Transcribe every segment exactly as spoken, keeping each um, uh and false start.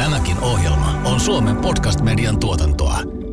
Tämäkin ohjelma on Suomen podcast-median tuotantoa.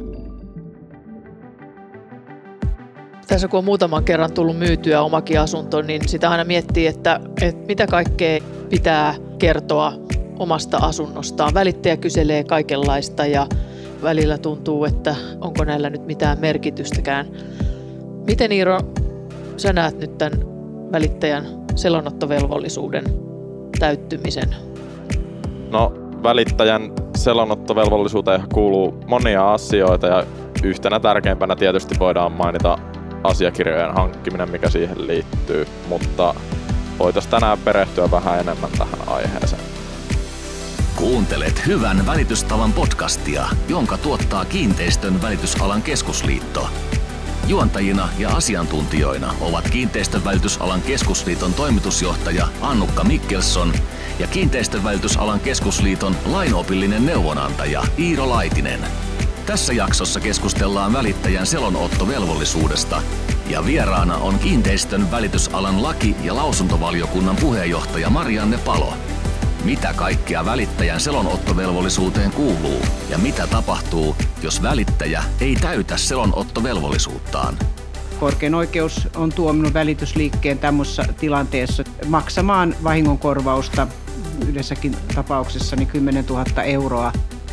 Tässä kun on muutaman kerran tullut myytyä omakin asunto, niin sitä aina miettii, että, että mitä kaikkea pitää kertoa omasta asunnostaan. Välittäjä kyselee kaikenlaista ja välillä tuntuu, että onko näillä nyt mitään merkitystäkään. Miten, Iiro, sä näet nyt tämän välittäjän selonottovelvollisuuden täyttymisen? No, välittäjän selonottovelvollisuuteen kuuluu monia asioita ja yhtenä tärkeimpänä tietysti voidaan mainita asiakirjojen hankkiminen, mikä siihen liittyy, mutta voitaisiin tänään perehtyä vähän enemmän tähän aiheeseen. Kuuntelet Hyvän välitystavan podcastia, jonka tuottaa Kiinteistön välitysalan keskusliitto. Juontajina ja asiantuntijoina ovat Kiinteistön välitysalan keskusliiton toimitusjohtaja Annukka Mikkelson ja Kiinteistön välitysalan keskusliiton lainopillinen neuvonantaja Iiro Laitinen. Tässä jaksossa keskustellaan välittäjän selonottovelvollisuudesta ja vieraana on Kiinteistön välitysalan laki- ja lausuntovaliokunnan puheenjohtaja Marianne Palo. Mitä kaikkea välittäjän selonottovelvollisuuteen kuuluu ja mitä tapahtuu, jos välittäjä ei täytä selonottovelvollisuuttaan? Korkein oikeus on tuominut välitysliikkeen tämmöisessä tilanteessa maksamaan vahingonkorvausta yhdessäkin tapauksessa niin kymmenentuhatta euroa.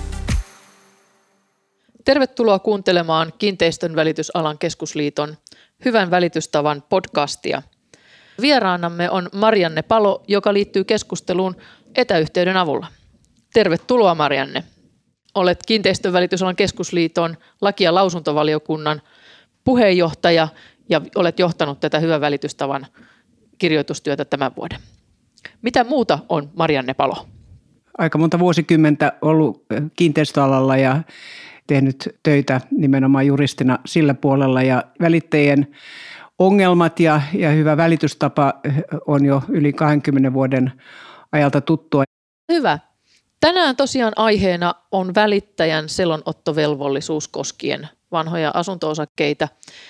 Tervetuloa kuuntelemaan Kiinteistön välitysalan keskusliiton Hyvän välitystavan podcastia. Vieraanamme on Marianne Palo, joka liittyy keskusteluun etäyhteyden avulla. Tervetuloa, Marianne. Olet Kiinteistön välitysalan keskusliiton laki- ja lausuntovaliokunnan puheenjohtaja ja olet johtanut tätä Hyvän välitystavan kirjoitustyötä tämän vuoden. Mitä muuta on Marianne Palo? Aika monta vuosikymmentä ollut kiinteistöalalla ja tehnyt töitä nimenomaan juristina sillä puolella ja välittäjien ongelmat ja, ja hyvä välitystapa on jo yli kaksikymmentä vuoden ajalta tuttua. Hyvä. Tänään tosiaan aiheena on välittäjän selonottovelvollisuus koskien vanhoja asunto-osakkeita.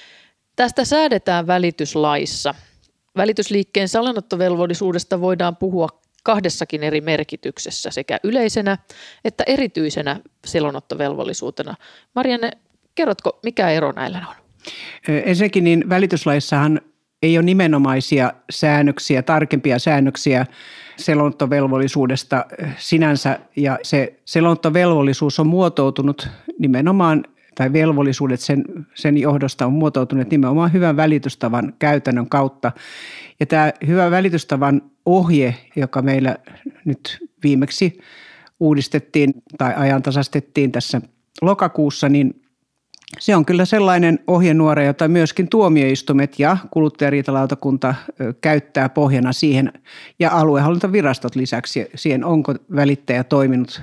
Tästä säädetään välityslaissa. Välitysliikkeen selonottovelvollisuudesta voidaan puhua kahdessakin eri merkityksessä, sekä yleisenä että erityisenä selonottovelvollisuutena. Marianne, kerrotko, mikä ero näillä on? Ensinnäkin niin välityslaissahan ei ole nimenomaisia säännöksiä, tarkempia säännöksiä selonottovelvollisuudesta sinänsä, ja se selonottovelvollisuus on muotoutunut nimenomaan, tai velvollisuudet sen, sen johdosta on muotoutuneet nimenomaan hyvän välitystavan käytännön kautta. Ja tämä hyvän välitystavan ohje, joka meillä nyt viimeksi uudistettiin tai ajantasastettiin tässä lokakuussa, niin se on kyllä sellainen ohjenuora, jota myöskin tuomioistuimet ja kuluttajariitalautakunta käyttää pohjana siihen ja aluehallintovirastot lisäksi siihen, onko välittäjä toiminut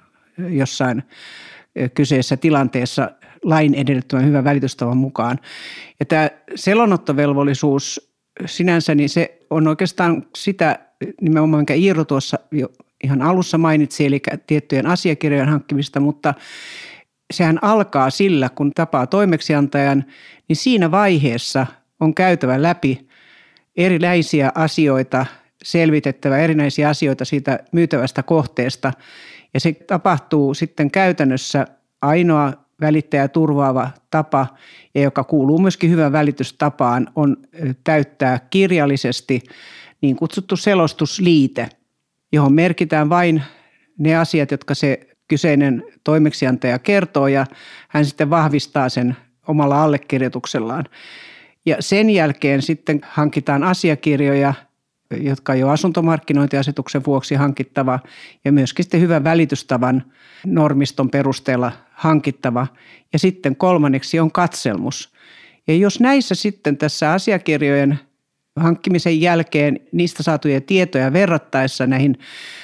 jossain kyseessä tilanteessa lain edellyttämän hyvän välitystavan mukaan. Ja tämä selonottovelvollisuus sinänsä, niin se on oikeastaan sitä nimenomaan, minkä Iiro tuossa jo ihan alussa mainitsi, eli tiettyjen asiakirjojen hankkimista, mutta sehän alkaa sillä, kun tapaa toimeksiantajan, niin siinä vaiheessa on käytävä läpi erinäisiä asioita, selvitettävä erinäisiä asioita siitä myytävästä kohteesta. Ja se tapahtuu sitten käytännössä ainoa välittäjä turvaava tapa, ja joka kuuluu myöskin hyvän välitystapaan, on täyttää kirjallisesti niin kutsuttu selostusliite, johon merkitään vain ne asiat, jotka se kyseinen toimeksiantaja kertoo, ja hän sitten vahvistaa sen omalla allekirjoituksellaan. Ja sen jälkeen sitten hankitaan asiakirjoja, jotka on jo asuntomarkkinointiasetuksen vuoksi hankittava, ja myöskin sitten hyvän välitystavan normiston perusteella hankittava. Ja sitten kolmanneksi on katselmus. Ja jos näissä sitten tässä asiakirjojen hankkimisen jälkeen niistä saatuja tietoja verrattaessa näihin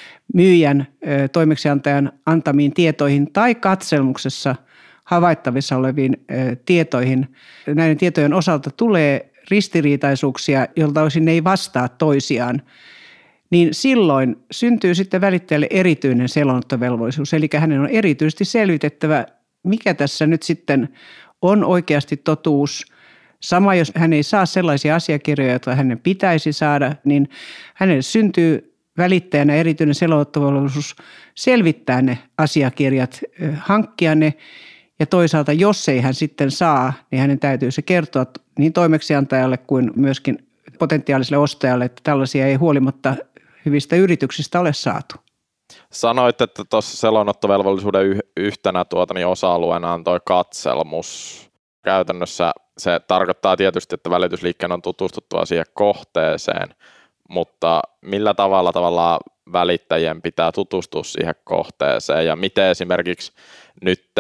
myyjän toimeksiantajan antamiin tietoihin tai katselmuksessa havaittavissa oleviin tietoihin, näiden tietojen osalta tulee ristiriitaisuuksia, jolta osin ne ei vastaa toisiaan, niin silloin syntyy sitten välittäjälle erityinen selonottovelvollisuus. Eli hänen on erityisesti selvitettävä, mikä tässä nyt sitten on oikeasti totuus. Sama, jos hän ei saa sellaisia asiakirjoja, joita hänen pitäisi saada, niin hänelle syntyy välittäjänä erityinen selonottovelvollisuus selvittää ne asiakirjat, hankkia ne. Ja toisaalta, jos ei hän sitten saa, niin hänen täytyy se kertoa niin toimeksiantajalle kuin myöskin potentiaaliselle ostajalle, että tällaisia ei huolimatta hyvistä yrityksistä ole saatu. Sanoit, että tuossa selonottovelvollisuuden yhtenä tuota, niin osa-alueena on tuo katselmus. Käytännössä se tarkoittaa tietysti, että välitysliikkeen on tutustuttava siihen kohteeseen, mutta millä tavalla tavallaan välittäjien pitää tutustua siihen kohteeseen ja miten esimerkiksi nyt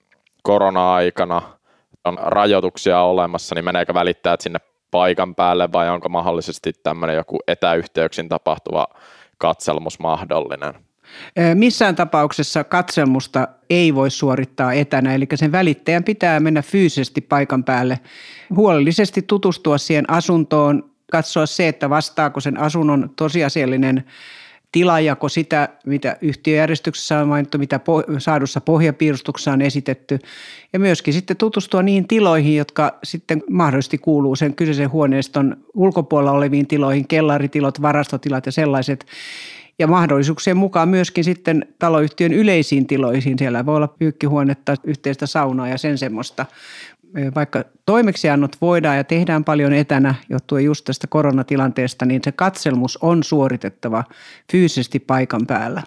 korona-aikana on rajoituksia olemassa, niin meneekö välittäjät sinne paikan päälle vai onko mahdollisesti tämmöinen joku etäyhteyksin tapahtuva katselmus mahdollinen? Missään tapauksessa katselmusta ei voi suorittaa etänä, eli sen välittäjän pitää mennä fyysisesti paikan päälle, huolellisesti tutustua siihen asuntoon, katsoa se, että vastaako sen asunnon tosiasiallinen tilajako sitä, mitä yhtiöjärjestyksessä on mainittu, mitä saadussa pohjapiirustuksessa on esitetty, ja myöskin sitten tutustua niihin tiloihin, jotka sitten mahdollisesti kuuluu sen kyseisen huoneiston ulkopuolella oleviin tiloihin, kellaritilot, varastotilat ja sellaiset, ja mahdollisuuksien mukaan myöskin sitten taloyhtiön yleisiin tiloihin. Siellä voi olla pyykkihuonetta, yhteistä saunaa ja sen semmoista. Vaikka toimeksiannot voidaan ja tehdään paljon etänä johtuen just tästä koronatilanteesta, niin se katselmus on suoritettava fyysisesti paikan päällä.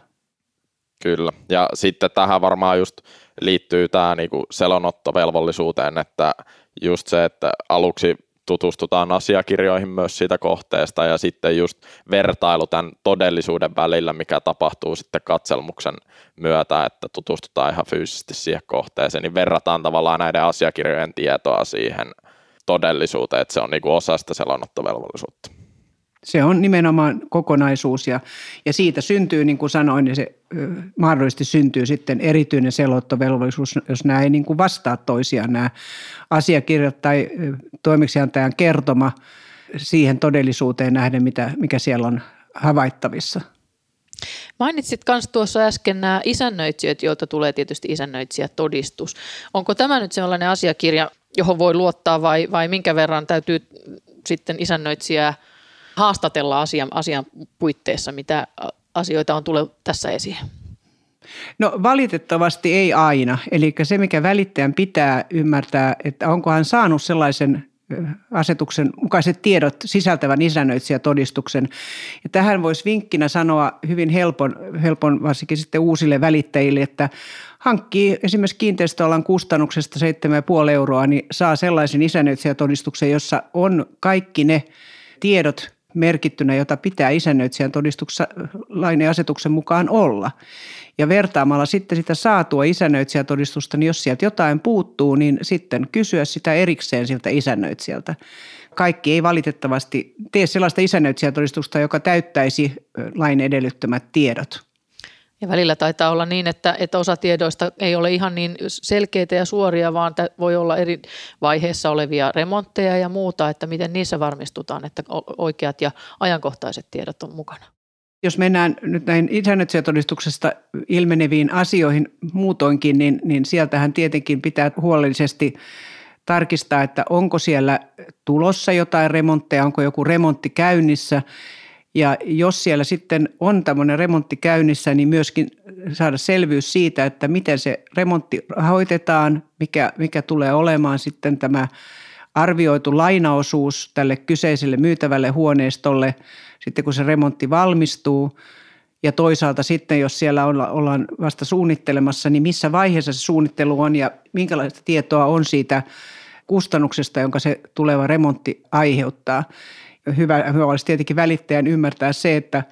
Kyllä, ja sitten tähän varmaan just liittyy tämä niinku selonottovelvollisuuteen, että just se, että aluksi tutustutaan asiakirjoihin myös siitä kohteesta ja sitten just vertailu tämän todellisuuden välillä, mikä tapahtuu sitten katselmuksen myötä, että tutustutaan ihan fyysisesti siihen kohteeseen, niin verrataan tavallaan näiden asiakirjojen tietoa siihen todellisuuteen, että se on niinku osa sitä selonottovelvollisuutta. Se on nimenomaan kokonaisuus ja, ja siitä syntyy, niin kuin sanoin, niin se ö, mahdollisesti syntyy sitten erityinen selonottovelvollisuus, jos nämä ei niin kuin vastaa toisiaan, nämä asiakirjat tai ö, toimeksiantajan kertoma siihen todellisuuteen nähden, mitä, mikä siellä on havaittavissa. Mainitsit myös tuossa äsken nämä isännöitsijät, joilta tulee tietysti isännöitsijätodistus. Onko tämä nyt sellainen asiakirja, johon voi luottaa vai, vai minkä verran täytyy sitten isännöitsijää haastatella asian, asian puitteissa, mitä asioita on tullut tässä esiin? No valitettavasti ei aina. Eli se, mikä välittäjän pitää ymmärtää, että onko hän saanut sellaisen asetuksen mukaiset tiedot sisältävän isännöitsijätodistuksen. Ja tähän voisi vinkkinä sanoa hyvin helpon, helpon varsinkin sitten uusille välittäjille, että hankkii esimerkiksi kiinteistöalan kustannuksesta seitsemän pilkku viisi euroa, niin saa sellaisen isännöitsijätodistuksen, jossa on kaikki ne tiedot merkittynä, jota pitää isännöitsijän todistuksessa lain ja asetuksen mukaan olla. Ja vertaamalla sitten sitä saatua isännöitsijätodistusta, niin jos sieltä jotain puuttuu, niin sitten kysyä sitä erikseen siltä isännöitsijältä. Kaikki ei valitettavasti tee sellaista isännöitsijätodistusta, joka täyttäisi lain edellyttämät tiedot. Ja välillä taitaa olla niin, että, että osa tiedoista ei ole ihan niin selkeitä ja suoria, vaan voi olla eri vaiheessa olevia remontteja ja muuta, että miten niissä varmistutaan, että oikeat ja ajankohtaiset tiedot on mukana. Jos mennään nyt näin isännöitsijätodistuksesta ilmeneviin asioihin muutoinkin, niin, niin sieltähän tietenkin pitää huolellisesti tarkistaa, että onko siellä tulossa jotain remontteja, onko joku remontti käynnissä. Ja jos siellä sitten on tämmöinen remontti käynnissä, niin myöskin saada selvyys siitä, että miten se remontti hoitetaan, mikä, mikä tulee olemaan sitten tämä arvioitu lainaosuus tälle kyseiselle myytävälle huoneistolle, sitten kun se remontti valmistuu. Ja toisaalta sitten, jos siellä ollaan vasta suunnittelemassa, niin missä vaiheessa se suunnittelu on ja minkälaista tietoa on siitä kustannuksesta, jonka se tuleva remontti aiheuttaa. Hyvä, hyvä olisi tietenkin välittäjän ymmärtää se, että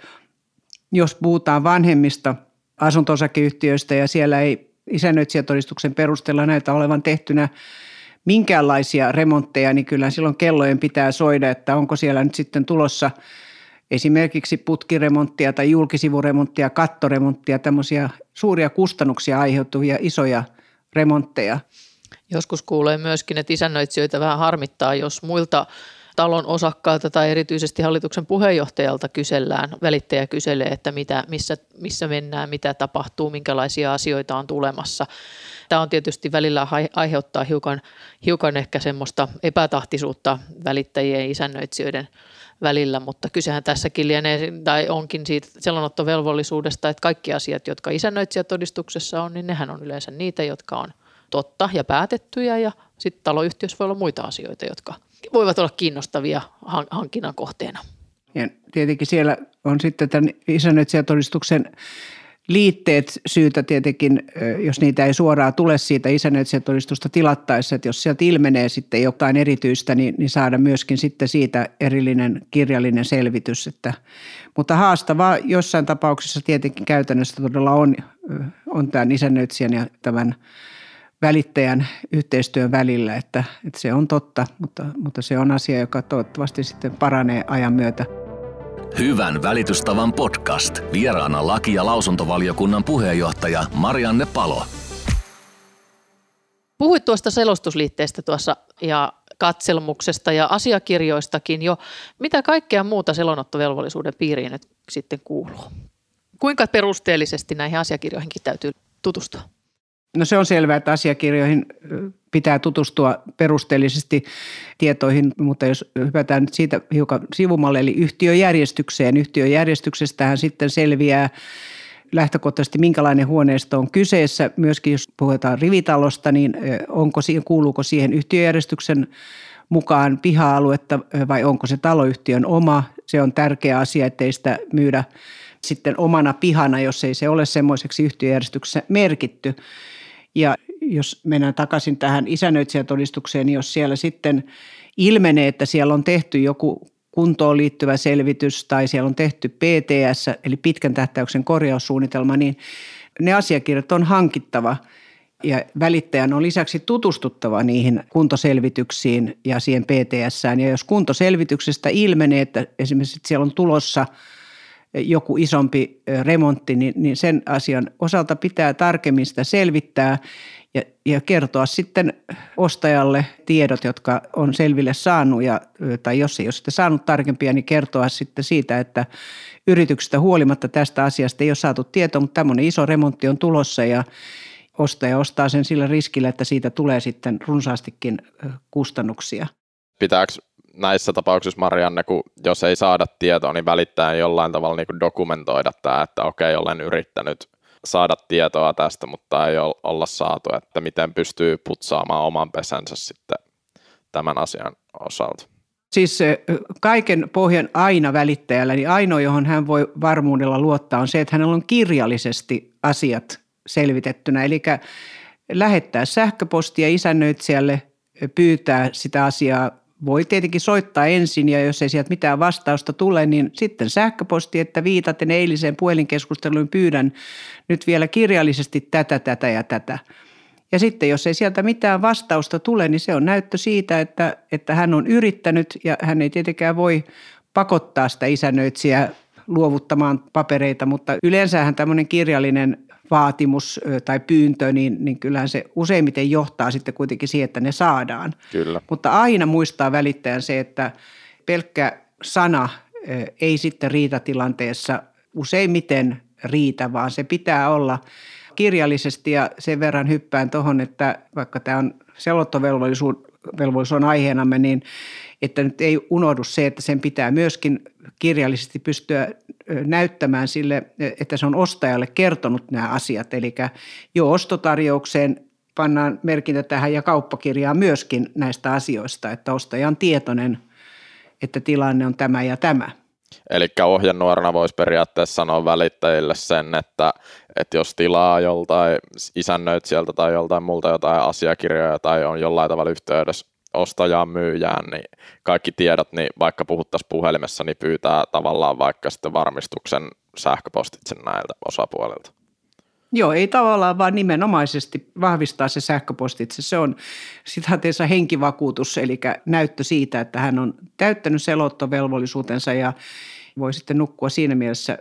jos puhutaan vanhemmista asunto-osakeyhtiöistä ja siellä ei isännöitsijätodistuksen perusteella näitä olevan tehtynä minkäänlaisia remontteja, niin kyllä silloin kellojen pitää soida, että onko siellä nyt sitten tulossa esimerkiksi putkiremonttia tai julkisivuremonttia, kattoremonttia, tämmöisiä suuria kustannuksia aiheutuvia isoja remontteja. Joskus kuulee myöskin, että isännöitsijöitä vähän harmittaa, jos muilta talon osakkailta tai erityisesti hallituksen puheenjohtajalta kysellään, välittäjä kyselee, että mitä, missä, missä mennään, mitä tapahtuu, minkälaisia asioita on tulemassa. Tämä on tietysti välillä aiheuttaa hiukan, hiukan ehkä semmoista epätahtisuutta välittäjien ja isännöitsijöiden välillä, mutta kysehän tässäkin lienee, tai onkin siitä selonottovelvollisuudesta, että kaikki asiat, jotka isännöitsijätodistuksessa on, niin nehän on yleensä niitä, jotka on totta ja päätettyjä, ja sitten taloyhtiössä voi olla muita asioita, jotka voivat olla kiinnostavia hankinnan kohteena. Ja tietenkin siellä on sitten tämän isännöitsijätodistuksen liitteet syytä tietenkin, jos niitä ei suoraan tule siitä isännöitsijätodistusta tilattaessa, että jos sieltä ilmenee sitten jotain erityistä, niin, niin saada myöskin sitten siitä erillinen kirjallinen selvitys. Että, mutta haastavaa jossain tapauksessa tietenkin käytännössä todella on, on tämän isännöitsijän ja tämän välittäjän yhteistyön välillä, että, että se on totta, mutta, mutta se on asia, joka toivottavasti sitten paranee ajan myötä. Hyvän välitystavan podcast. Vieraana laki- ja lausuntovaliokunnan puheenjohtaja Marianne Palo. Puhuit tuosta selostusliitteestä tuossa ja katselmuksesta ja asiakirjoistakin jo. Mitä kaikkea muuta selonottovelvollisuuden piiriin nyt sitten kuuluu? Kuinka perusteellisesti näihin asiakirjoihinkin täytyy tutustua? No se on selvää, että asiakirjoihin pitää tutustua perusteellisesti tietoihin, mutta jos hypätään nyt siitä hiukan sivumalle, eli yhtiöjärjestykseen. Yhtiöjärjestyksestähän sitten selviää lähtökohtaisesti, minkälainen huoneisto on kyseessä. Myöskin jos puhutaan rivitalosta, niin onko, kuuluuko siihen yhtiöjärjestyksen mukaan piha-aluetta vai onko se taloyhtiön oma. Se on tärkeä asia, ettei sitä myydä sitten omana pihana, jos ei se ole semmoiseksi yhtiöjärjestyksessä merkitty. Ja jos mennään takaisin tähän isännöitsijätodistukseen, niin jos siellä sitten ilmenee, että siellä on tehty joku kuntoon liittyvä selvitys tai siellä on tehty P T S, eli pitkän tähtäyksen korjaussuunnitelma, niin ne asiakirjat on hankittava ja välittäjän on lisäksi tutustuttava niihin kuntoselvityksiin ja siihen P T S:ään. Ja jos kuntoselvityksestä ilmenee, että esimerkiksi siellä on tulossa joku isompi remontti, niin, niin sen asian osalta pitää tarkemmin sitä selvittää ja, ja kertoa sitten ostajalle tiedot, jotka on selville saanut, ja, tai jos ei ole sitten saanut tarkempia, niin kertoa sitten siitä, että yrityksestä huolimatta tästä asiasta ei ole saatu tietoa, mutta tämmöinen iso remontti on tulossa ja ostaja ostaa sen sillä riskillä, että siitä tulee sitten runsaastikin kustannuksia. Pitääkö näissä tapauksissa, Marianne, kun jos ei saada tietoa, niin välittäen jollain tavalla niin kuin dokumentoida tämä, että okei, olen yrittänyt saada tietoa tästä, mutta ei olla saatu, että miten pystyy putsaamaan oman pesänsä sitten tämän asian osalta? Siis kaiken pohjan aina välittäjällä, niin ainoa, johon hän voi varmuudella luottaa, on se, että hänellä on kirjallisesti asiat selvitettynä, eli lähettää sähköpostia isännöitsijälle, pyytää sitä asiaa. Voi tietenkin soittaa ensin ja jos ei sieltä mitään vastausta tule, niin sitten sähköposti, että viitaten eiliseen puhelinkeskusteluun pyydän nyt vielä kirjallisesti tätä, tätä ja tätä. Ja sitten jos ei sieltä mitään vastausta tule, niin se on näyttö siitä, että, että hän on yrittänyt ja hän ei tietenkään voi pakottaa sitä isännöitsijää luovuttamaan papereita, mutta yleensähän tämmöinen kirjallinen vaatimus tai pyyntö, niin, niin kyllähän se useimmiten johtaa sitten kuitenkin siihen, että ne saadaan. Kyllä. Mutta aina muistaa välittäjän se, että pelkkä sana ei sitten riitatilanteessa useimmiten riitä, vaan se pitää olla kirjallisesti ja sen verran hyppään tuohon, että vaikka tämä on selonottovelvollisuus on aiheenamme, niin että nyt ei unohdu se, että sen pitää myöskin kirjallisesti pystyä näyttämään sille, että se on ostajalle kertonut nämä asiat. Eli jo ostotarjoukseen pannaan merkintä tähän ja kauppakirjaan myöskin näistä asioista, että ostaja on tietoinen, että tilanne on tämä ja tämä. Eli ohjenuorana voisi periaatteessa sanoa välittäjille sen, että, että jos tilaa joltain isännöitsijältä tai joltain muulta jotain asiakirjoja tai on jollain tavalla yhteydessä ostajaan myyjään, niin kaikki tiedot, niin vaikka puhuttaisiin puhelimessa, niin pyytää tavallaan vaikka sitten varmistuksen sähköpostitse näiltä osapuolilta. Joo, ei tavallaan, vaan nimenomaisesti vahvistaa se sähköpostitse. Se on sitaateessa henkivakuutus, eli näyttö siitä, että hän on täyttänyt selonottovelvollisuutensa ja voi sitten nukkua siinä mielessä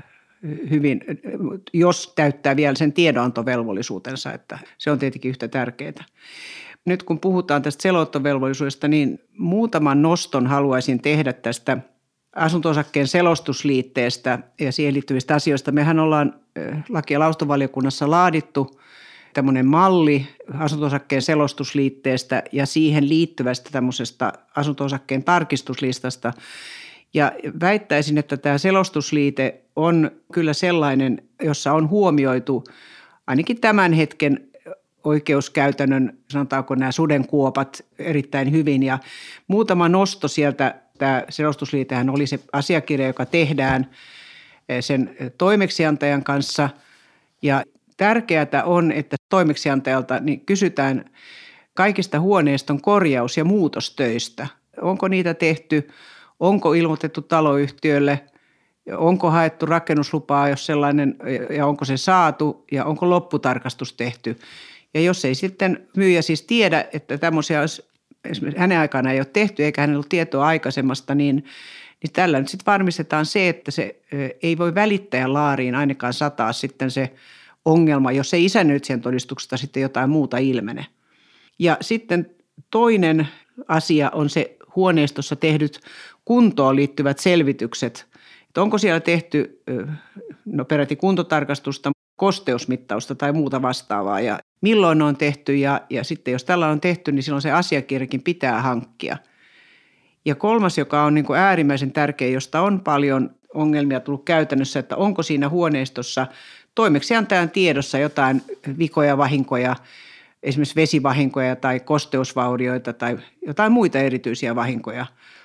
hyvin, jos täyttää vielä sen tiedonantovelvollisuutensa, että se on tietenkin yhtä tärkeää. Nyt kun puhutaan tästä selonottovelvollisuudesta, niin muutaman noston haluaisin tehdä tästä asunto-osakkeen selostusliitteestä ja siihen liittyvistä asioista. Mehän ollaan laki- ja lausuntovaliokunnassa laadittu tämmöinen malli asunto-osakkeen selostusliitteestä ja siihen liittyvästä tämmöisestä asunto-osakkeen tarkistuslistasta. Ja väittäisin, että tämä selostusliite on kyllä sellainen, jossa on huomioitu ainakin tämän hetken oikeuskäytännön, sanotaanko nämä sudenkuopat erittäin hyvin. Ja muutama nosto sieltä, tämä selostusliitehän oli se asiakirja, joka tehdään sen toimeksiantajan kanssa. Ja tärkeää on, että toimeksiantajalta niin kysytään kaikista huoneiston korjaus- ja muutostöistä. Onko niitä tehty, onko ilmoitettu taloyhtiölle, onko haettu rakennuslupaa, jos sellainen, ja onko se saatu, ja onko lopputarkastus tehty. Ja jos ei sitten myyjä siis tiedä, että tämmöisiä esimerkiksi hänen aikana ei ole tehty, eikä hänellä ole tietoa aikaisemmasta, niin, niin tällä nyt sitten varmistetaan se, että se ei voi välittäjän laariin ainakaan sataa sitten se ongelma, jos ei isännöitsijän todistuksesta sitten jotain muuta ilmene. Ja sitten toinen asia on se huoneistossa tehdyt kuntoon liittyvät selvitykset. Että onko siellä tehty no peräti kuntotarkastusta, kosteusmittausta tai muuta vastaavaa ja milloin ne on tehty ja, ja sitten jos tällä on tehty, niin silloin se asiakirjakin pitää hankkia. Ja kolmas, joka on niin kuin äärimmäisen tärkeä, josta on paljon ongelmia tullut käytännössä, että onko siinä huoneistossa toimeksiantajan tiedossa jotain vikoja, vahinkoja, esimerkiksi vesivahinkoja tai kosteusvaurioita tai jotain muita erityisiä vahinkoja.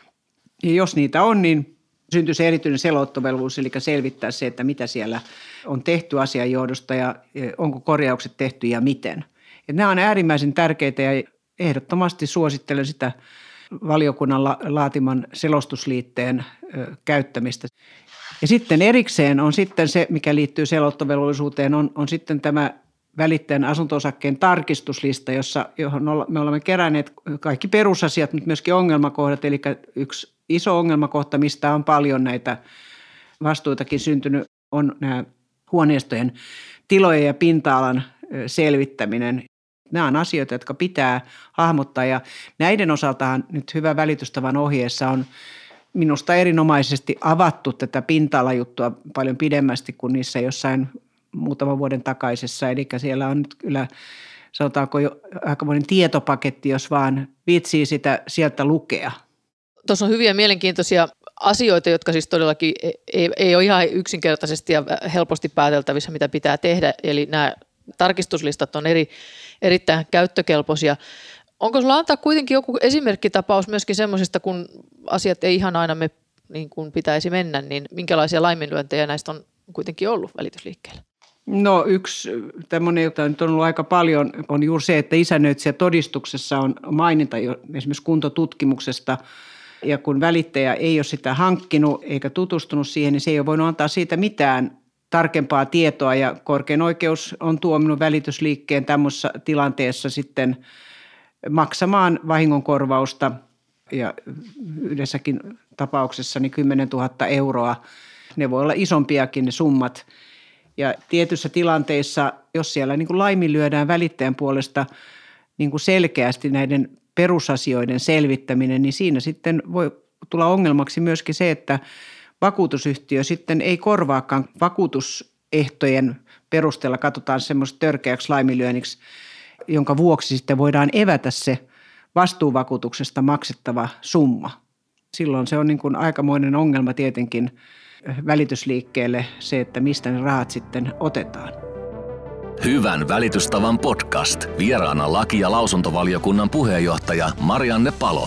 Ja jos niitä on, niin syntyy se erityinen selottovelvollisuus, eli selvittää se, että mitä siellä on tehty asian johdosta ja onko korjaukset tehty ja miten. Ja nämä on äärimmäisen tärkeitä ja ehdottomasti suosittelen sitä valiokunnan laatiman selostusliitteen käyttämistä. Ja sitten erikseen on sitten se, mikä liittyy selottovelvollisuuteen, on, on sitten tämä välittäjän asunto-osakkeen tarkistuslista, jossa, johon me olemme keränneet kaikki perusasiat, mutta myöskin ongelmakohdat, eli yksi iso ongelmakohta, mistä on paljon näitä vastuitakin syntynyt, on nämä huoneistojen tilojen ja pinta-alan selvittäminen. Nämä on asioita, jotka pitää hahmottaa ja näiden osaltahan nyt hyvä välitystavan ohjeessa on minusta erinomaisesti avattu tätä pinta-alajuttua paljon pidemmästi kuin niissä jossain muutaman vuoden takaisessa. Eli siellä on nyt kyllä, sanotaanko jo aikamoinen tietopaketti, jos vaan viitsii sitä sieltä lukea. Tuossa on hyviä mielenkiintoisia asioita, jotka siis todellakin ei, ei ole ihan yksinkertaisesti ja helposti pääteltävissä, mitä pitää tehdä. Eli nämä tarkistuslistat on eri, erittäin käyttökelpoisia. Onko sinulla antaa kuitenkin joku esimerkkitapaus myöskin semmoisesta, kun asiat ei ihan aina me niin kuin pitäisi mennä, niin minkälaisia laiminlyöntejä näistä on kuitenkin ollut välitysliikkeellä? No yksi tämmöinen, jota nyt on ollut aika paljon, on juuri se, että isännöitsijätodistuksessa on maininta jo esimerkiksi kuntotutkimuksesta, ja kun välittäjä ei ole sitä hankkinut eikä tutustunut siihen, niin se ei ole voinut antaa siitä mitään tarkempaa tietoa, ja korkein oikeus on tuominut välitysliikkeen tämmöisessä tilanteessa sitten maksamaan vahingonkorvausta, ja yhdessäkin tapauksessa niin kymmenen tuhatta euroa. Ne voi olla isompiakin ne summat. Ja tietyissä tilanteissa, jos siellä niin kuin laiminlyödään välittäjän puolesta niin kuin selkeästi näiden perusasioiden selvittäminen, niin siinä sitten voi tulla ongelmaksi myöskin se, että vakuutusyhtiö sitten ei korvaakaan vakuutusehtojen perusteella, katsotaan semmoista törkeäksi laiminlyönniksi, jonka vuoksi sitten voidaan evätä se vastuuvakuutuksesta maksettava summa. Silloin se on niin kuin aikamoinen ongelma tietenkin välitysliikkeelle se, että mistä ne rahat sitten otetaan. Hyvän välitystavan podcast. Vieraana laki- ja lausuntovaliokunnan puheenjohtaja Marianne Palo.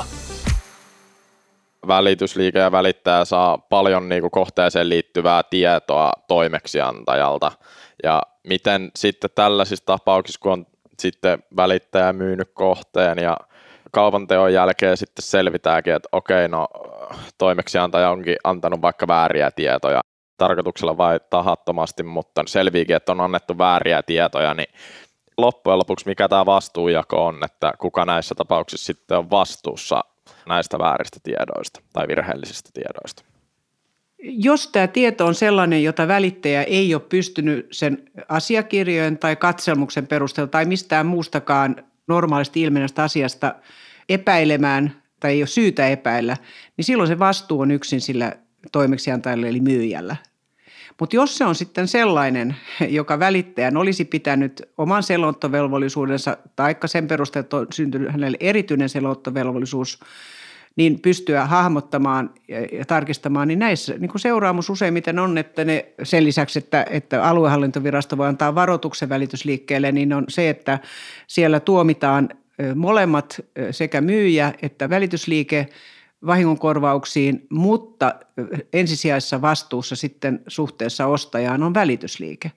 Välitysliike ja välittäjä saa paljon niin kuin kohteeseen liittyvää tietoa toimeksiantajalta. Ja miten sitten tällaisissa tapauksissa, kun on sitten välittäjä myynyt kohteen ja kaupanteon jälkeen sitten selvitääkin, että okei, no toimeksiantaja onkin antanut vaikka vääriä tietoja tarkoituksella vai tahattomasti, mutta selviikin, että on annettu vääriä tietoja, niin loppujen lopuksi mikä tämä vastuujako on, että kuka näissä tapauksissa sitten on vastuussa näistä vääristä tiedoista tai virheellisistä tiedoista? Jos tämä tieto on sellainen, jota välittäjä ei ole pystynyt sen asiakirjojen tai katselmuksen perusteella tai mistään muustakaan normaalisti ilmenevästä asiasta epäilemään tai ei ole syytä epäillä, niin silloin se vastuu on yksin sillä toimeksiantajalla eli myyjällä. Mutta jos se on sitten sellainen, joka välittäjän olisi pitänyt oman selontovelvollisuudensa tai sen perusteella on syntynyt hänelle erityinen selontovelvollisuus, niin pystyä hahmottamaan ja, ja tarkistamaan, niin näissä niin kuin seuraamus useimmiten on, että ne, sen lisäksi, että, että aluehallintovirasto voi antaa varoituksen välitysliikkeelle, niin on se, että siellä tuomitaan molemmat sekä myyjä että välitysliike vahingonkorvauksiin, mutta ensisijaisessa vastuussa sitten suhteessa ostajaan on välitysliike.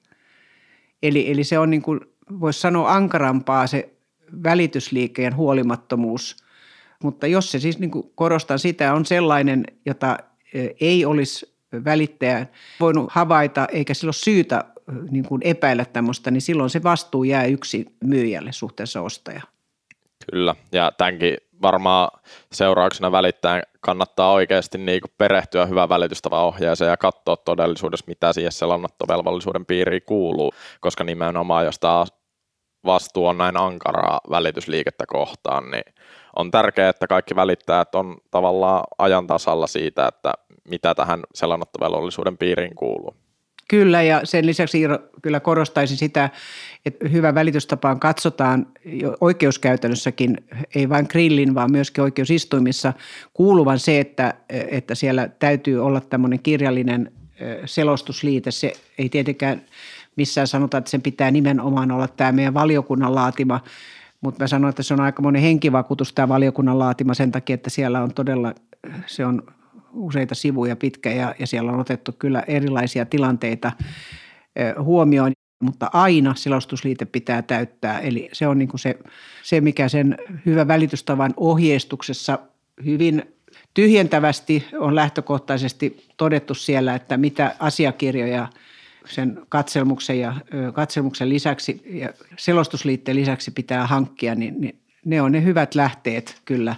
Eli, eli se on niin kuin, voisi sanoa ankarampaa se välitysliikkeen huolimattomuus, mutta jos se siis, niin kuin korostan sitä, on sellainen, jota ei olisi välittäjä voinut havaita eikä silloin syytä niin kuin epäillä tämmöistä, niin silloin se vastuu jää yksin myyjälle suhteessa ostajaan. Kyllä, ja tämänkin varmaan seurauksena välittäjän kannattaa oikeasti niin kuin perehtyä hyvän välitystavan ohjeeseen ja katsoa todellisuudessa, mitä siihen selonottovelvollisuuden piiriin kuuluu, koska nimenomaan jos tämä vastuu on näin ankaraa välitysliikettä kohtaan, niin on tärkeää, että kaikki välittäjät on tavallaan ajan tasalla siitä, että mitä tähän selonottovelvollisuuden piiriin kuuluu. Kyllä, ja sen lisäksi Iiro kyllä korostaisin sitä, että hyvä välitystapaan katsotaan oikeuskäytännössäkin, ei vain grillin, vaan myöskin oikeusistuimissa kuuluvan se, että, että siellä täytyy olla tämmöinen kirjallinen selostusliite. Se ei tietenkään missään sanota, että sen pitää nimenomaan olla tämä meidän valiokunnan laatima, mutta mä sanon, että se on aikamoinen henkivakuutus tämä valiokunnan laatima sen takia, että siellä on todella, se on useita sivuja pitkä ja, ja siellä on otettu kyllä erilaisia tilanteita huomioon, mutta aina selostusliite pitää täyttää. Eli se on niin kuin se, se, mikä sen hyvän välitystavan ohjeistuksessa hyvin tyhjentävästi on lähtökohtaisesti todettu siellä, että mitä asiakirjoja sen katselmuksen ja katselmuksen lisäksi ja selostusliitteen lisäksi pitää hankkia, niin, niin ne on ne hyvät lähteet kyllä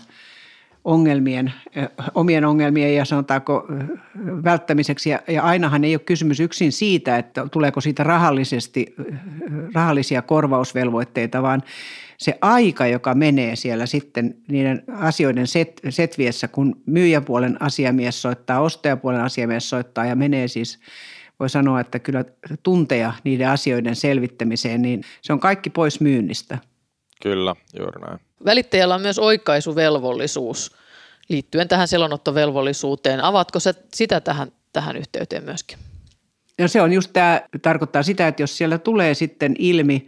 ongelmien, omien ongelmien ja sanotaanko välttämiseksi. Ja, ja ainahan ei ole kysymys yksin siitä, että tuleeko siitä rahallisesti, rahallisia korvausvelvoitteita, vaan se aika, joka menee siellä sitten niiden asioiden set, setviessä, kun myyjäpuolen asiamies soittaa, ostajapuolen asiamies soittaa ja menee siis, voi sanoa, että kyllä tunteja niiden asioiden selvittämiseen, niin se on kaikki pois myynnistä. Kyllä, juuri näin. Välittäjällä on myös oikaisuvelvollisuus liittyen tähän selonottovelvollisuuteen. Avaatko sä sitä tähän, tähän yhteyteen myöskin? No se on just tämä, tarkoittaa sitä, että jos siellä tulee sitten ilmi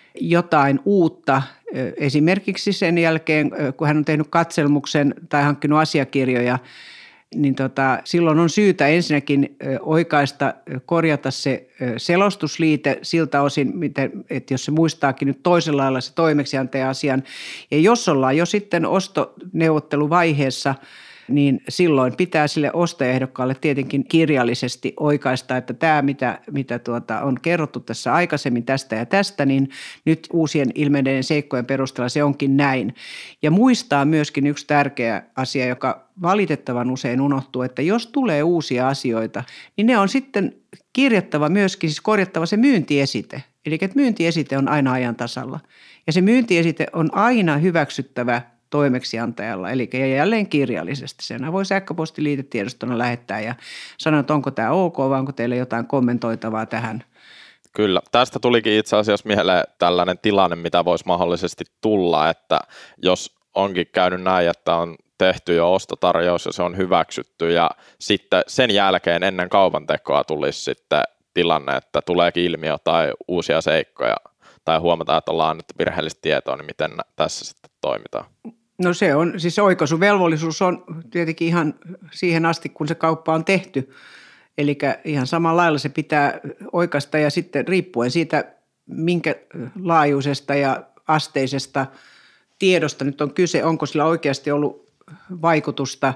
jotain uutta, esimerkiksi sen jälkeen, kun hän on tehnyt katselmuksen tai hankkinut asiakirjoja, niin tota, silloin on syytä ensinnäkin oikaista, korjata se selostusliite siltä osin, miten, että jos se muistaakin nyt toisella lailla se toimeksiantajan asian. Ja jos ollaan jo sitten ostoneuvotteluvaiheessa, niin silloin pitää sille ostajaehdokkaalle tietenkin kirjallisesti oikaista, että tämä, mitä, mitä tuota, on kerrottu tässä aikaisemmin tästä ja tästä, niin nyt uusien ilmenneiden seikkojen perusteella se onkin näin. Ja muistaa myöskin yksi tärkeä asia, joka valitettavan usein unohtuu, että jos tulee uusia asioita, niin ne on sitten kirjattava myöskin, siis korjattava se myyntiesite. Eli että myyntiesite on aina ajan tasalla. Ja se myyntiesite on aina hyväksyttävä toimeksiantajalla, eli jälleen kirjallisesti. Sen voi sähköpostiliitetiedostona lähettää ja sanoa, että onko tämä ok vai onko teille jotain kommentoitavaa tähän. Kyllä, tästä tulikin itse asiassa mieleen tällainen tilanne, mitä voisi mahdollisesti tulla, että jos onkin käynyt näin, että on tehty jo ostotarjous ja se on hyväksytty ja sitten sen jälkeen ennen kaupan tekoa tulisi sitten tilanne, että tuleekin ilmi jotain uusia seikkoja tai huomataan, että ollaan annettu virheellistä tietoa, niin miten tässä sitten toimitaan? No se on, siis oikaisuvelvollisuus on tietenkin ihan siihen asti, kun se kauppa on tehty. Eli ihan samalla lailla se pitää oikaista ja sitten riippuen siitä, minkä laajuisesta ja asteisesta tiedosta nyt on kyse, onko sillä oikeasti ollut vaikutusta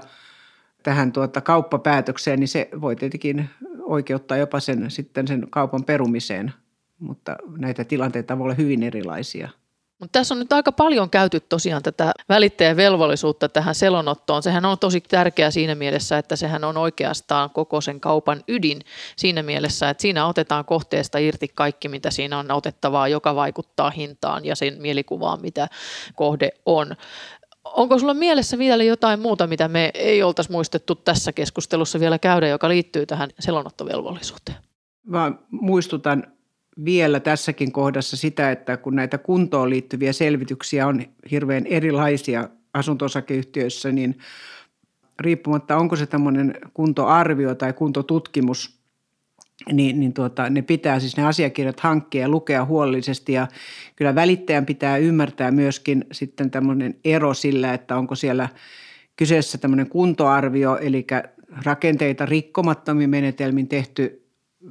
tähän tuota kauppapäätökseen, niin se voi tietenkin oikeuttaa jopa sen, sitten sen kaupan perumiseen, mutta näitä tilanteita voi olla hyvin erilaisia. Mutta tässä on nyt aika paljon käyty tosiaan tätä välittäjän velvollisuutta tähän selonottoon. Sehän on tosi tärkeää siinä mielessä, että sehän on oikeastaan koko sen kaupan ydin siinä mielessä, että siinä otetaan kohteesta irti kaikki, mitä siinä on otettavaa, joka vaikuttaa hintaan ja sen mielikuvaan, mitä kohde on. Onko sulla mielessä vielä jotain muuta, mitä me ei oltaisi muistettu tässä keskustelussa vielä käydä, joka liittyy tähän selonottovelvollisuuteen? Mä muistutan vielä tässäkin kohdassa sitä, että kun näitä kuntoon liittyviä selvityksiä on hirveän erilaisia asunto-osakeyhtiöissä, niin riippumatta onko se tämmöinen kuntoarvio tai kuntotutkimus, niin, niin tuota, ne pitää siis ne asiakirjat hankkia ja lukea huolellisesti ja kyllä välittäjän pitää ymmärtää myöskin sitten tämmöinen ero sillä, että onko siellä kyseessä tämmöinen kuntoarvio, eli rakenteita rikkomattomin menetelmin tehty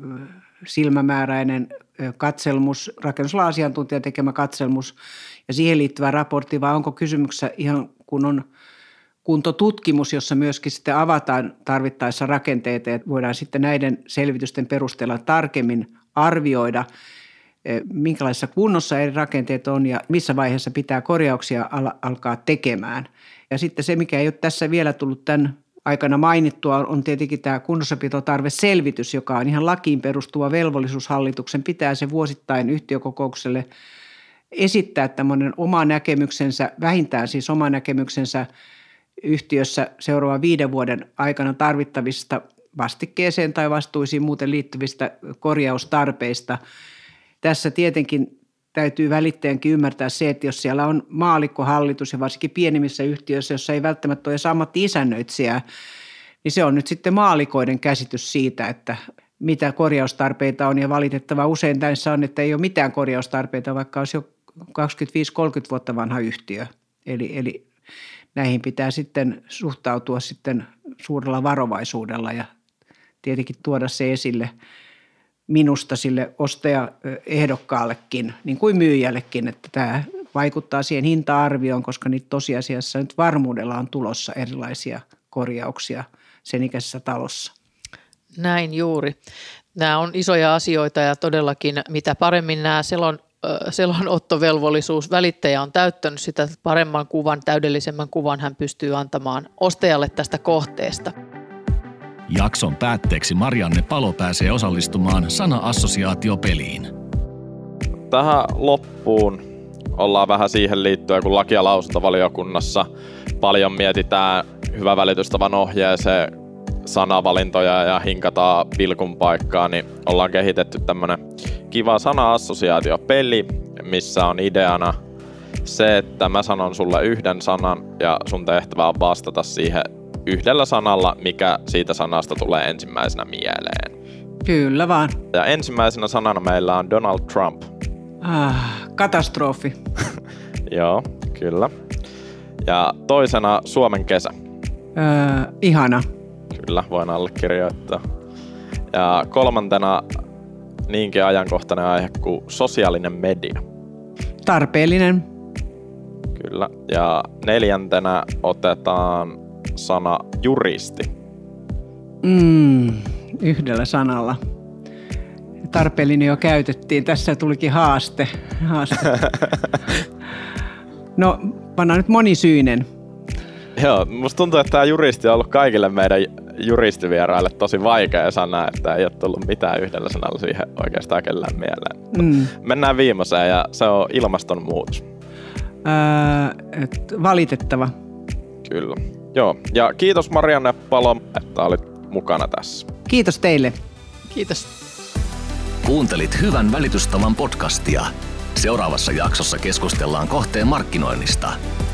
silmämääräinen katselmus, rakennusalan asiantuntijan tekemä katselmus ja siihen liittyvä raportti, vai onko kysymyksessä ihan kun on kuntotutkimus, jossa myöskin sitten avataan tarvittaessa rakenteita ja voidaan sitten näiden selvitysten perusteella tarkemmin arvioida, minkälaisessa kunnossa eri rakenteet on ja missä vaiheessa pitää korjauksia al- alkaa tekemään. Ja sitten se, mikä ei ole tässä vielä tullut tämän aikana mainittua, on tietenkin tämä kunnossapitotarveselvitys, joka on ihan lakiin perustuva velvollisuus. Hallituksen pitää se vuosittain yhtiökokoukselle esittää tämmöinen oma näkemyksensä, vähintään siis oma näkemyksensä yhtiössä seuraavan viiden vuoden aikana tarvittavista vastikkeeseen tai vastuisiin muuten liittyvistä korjaustarpeista. Tässä tietenkin täytyy välittäjänkin ymmärtää se, että jos siellä on maallikkohallitus ja varsinkin pienimmissä yhtiöissä, jossa ei välttämättä ole edes ammatti-isännöitsijää, niin se on nyt sitten maallikoiden käsitys siitä, että mitä korjaustarpeita on ja valitettava usein näissä on, että ei ole mitään korjaustarpeita, vaikka olisi jo kaksikymmentäviisi kolmekymmentä vuotta vanha yhtiö. Eli, eli näihin pitää sitten suhtautua sitten suurella varovaisuudella ja tietenkin tuoda se esille minusta sille ostajaehdokkaallekin, niin kuin myyjällekin, että tämä vaikuttaa siihen hinta-arvioon, koska niitä tosiasiassa nyt varmuudella on tulossa erilaisia korjauksia sen ikäisessä talossa. Näin juuri. Nämä on isoja asioita ja todellakin mitä paremmin nämä selon, selonottovelvollisuus välittäjä on täyttänyt, sitä paremman kuvan, täydellisemmän kuvan hän pystyy antamaan ostajalle tästä kohteesta. Jakson päätteeksi Marianne Palo pääsee osallistumaan sana-assosiaatiopeliin. Tähän loppuun ollaan vähän siihen liittyen, kun laki- ja lausuntovaliokunnassa paljon mietitään hyvä välitystavan ohjeeseen sanavalintoja ja hinkataan pilkun paikkaa, niin ollaan kehitetty tämmönen kiva sana-assosiaatiopeli, missä on ideana se, että mä sanon sulle yhden sanan ja sun tehtävä on vastata siihen yhdellä sanalla, mikä siitä sanasta tulee ensimmäisenä mieleen. Kyllä vaan. Ja ensimmäisenä sanana meillä on Donald Trump. Ah, katastrofi. Joo, kyllä. Ja toisena Suomen kesä. Öö, ihana. Kyllä, voin allekirjoittaa. Ja kolmantena niinkin ajankohtainen aihe kuin sosiaalinen media. Tarpeellinen. Kyllä. Ja neljäntenä otetaan sana juristi. Mm, yhdellä sanalla. Tarpeellinen jo käytettiin. Tässä tulikin haaste. haaste. No, pannaan nyt monisyinen. Joo, musta tuntuu, että tämä juristi on ollut kaikille meidän juristivieraille tosi vaikea sana, että ei ole tullut mitään yhdellä sanalla siihen oikeastaan kellään mieleen. Mm. Mennään viimeiseen ja se on ilmastonmuutos. Öö, et valitettava. Kyllä. Joo, ja kiitos Marianne Palo, että olit mukana tässä. Kiitos teille. Kiitos. Kuuntelit Hyvän välitystavan podcastia. Seuraavassa jaksossa keskustellaan kohteen markkinoinnista.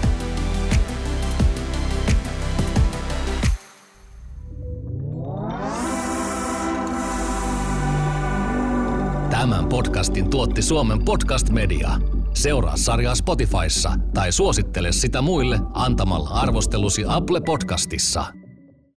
Tämän podcastin tuotti Suomen Podcast Media. Seuraa sarjaa Spotifyssa tai suosittele sitä muille antamalla arvostelusi Apple Podcastissa.